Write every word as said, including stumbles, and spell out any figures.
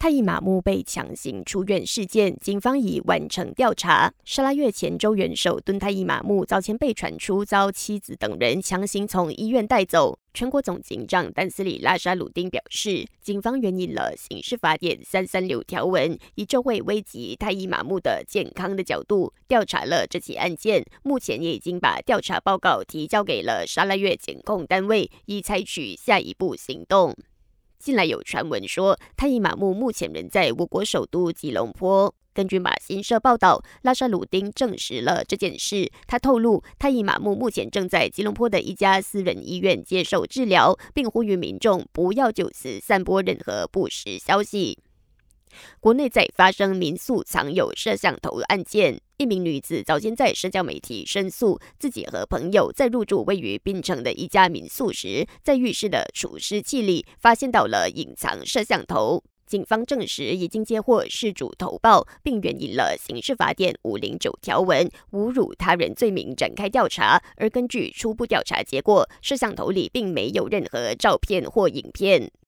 太乙马木被强行出院事件，警方已完成调查。沙拉越前州元首敦太乙马木早前被传出遭妻子等人强行从医院带走。全国总警长丹斯里拉沙鲁丁表示，警方援引了刑事法典三三六条文，以就会危及太乙马木的健康的角度调查了这起案件。目前也已经把调查报告提交给了沙拉越检控单位，以采取下一步行动。近来有传闻说，太乙马木目前人在我国首都吉隆坡。根据马新社报道，拉沙鲁丁证实了这件事。他透露，太乙马木目前正在吉隆坡的一家私人医院接受治疗，并呼吁民众不要就此散播任何不实消息。国内在发生民宿藏有摄像头案件，一名女子早前在社交媒体申诉，自己和朋友在入住位于槟城的一家民宿时，在浴室的除湿器里发现到了隐藏摄像头。警方证实已经接获事主投报，并援引了刑事法典五零九条文侮辱他人罪名展开调查。而根据初步调查结果，摄像头里并没有任何照片或影片。